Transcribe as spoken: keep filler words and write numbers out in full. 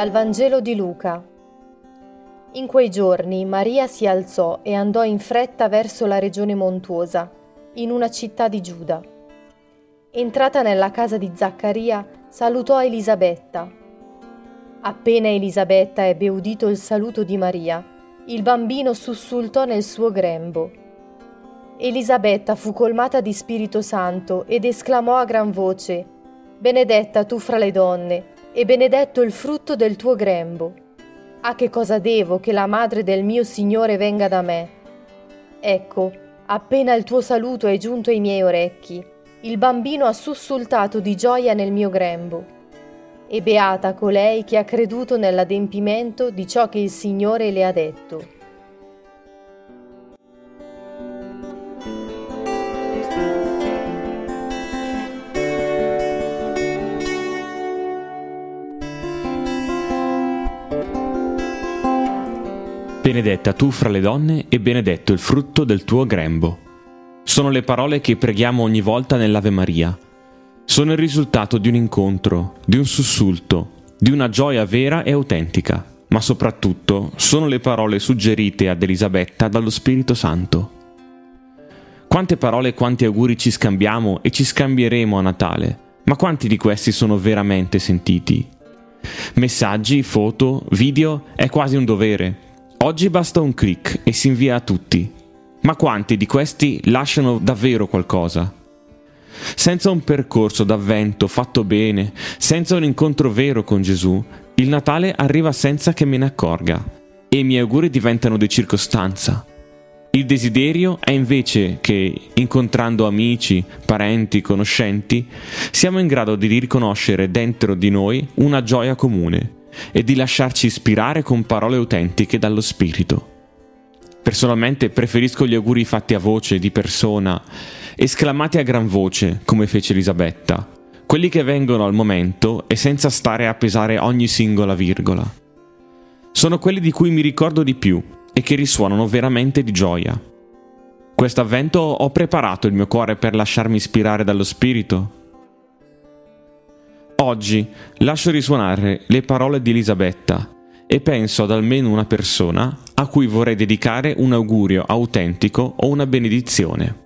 Dal Vangelo di Luca. In quei giorni Maria si alzò e andò in fretta verso la regione montuosa, in una città di Giuda. Entrata nella casa di Zaccaria, salutò Elisabetta. Appena Elisabetta ebbe udito il saluto di Maria, il bambino sussultò nel suo grembo. Elisabetta fu colmata di Spirito Santo ed esclamò a gran voce: «Benedetta tu fra le donne, e benedetto il frutto del tuo grembo. A che cosa devo che la madre del mio Signore venga da me? Ecco, appena il tuo saluto è giunto ai miei orecchi, il bambino ha sussultato di gioia nel mio grembo. E beata colei che ha creduto nell'adempimento di ciò che il Signore le ha detto». Benedetta tu fra le donne e benedetto il frutto del tuo grembo. Sono le parole che preghiamo ogni volta nell'Ave Maria. Sono il risultato di un incontro, di un sussulto, di una gioia vera e autentica, ma soprattutto sono le parole suggerite ad Elisabetta dallo Spirito Santo. Quante parole e quanti auguri ci scambiamo e ci scambieremo a Natale, ma quanti di questi sono veramente sentiti? Messaggi, foto, video, è quasi un dovere. Oggi basta un click e si invia a tutti. Ma quanti di questi lasciano davvero qualcosa? Senza un percorso d'avvento fatto bene, senza un incontro vero con Gesù, il Natale arriva senza che me ne accorga e i miei auguri diventano di circostanza. Il desiderio è invece che, incontrando amici, parenti, conoscenti, siamo in grado di riconoscere dentro di noi una gioia comune e di lasciarci ispirare con parole autentiche dallo Spirito. Personalmente preferisco gli auguri fatti a voce, di persona, esclamati a gran voce, come fece Elisabetta, quelli che vengono al momento e senza stare a pesare ogni singola virgola. Sono quelli di cui mi ricordo di più e che risuonano veramente di gioia. Quest'avvento ho preparato il mio cuore per lasciarmi ispirare dallo Spirito. Oggi lascio risuonare le parole di Elisabetta e penso ad almeno una persona a cui vorrei dedicare un augurio autentico o una benedizione.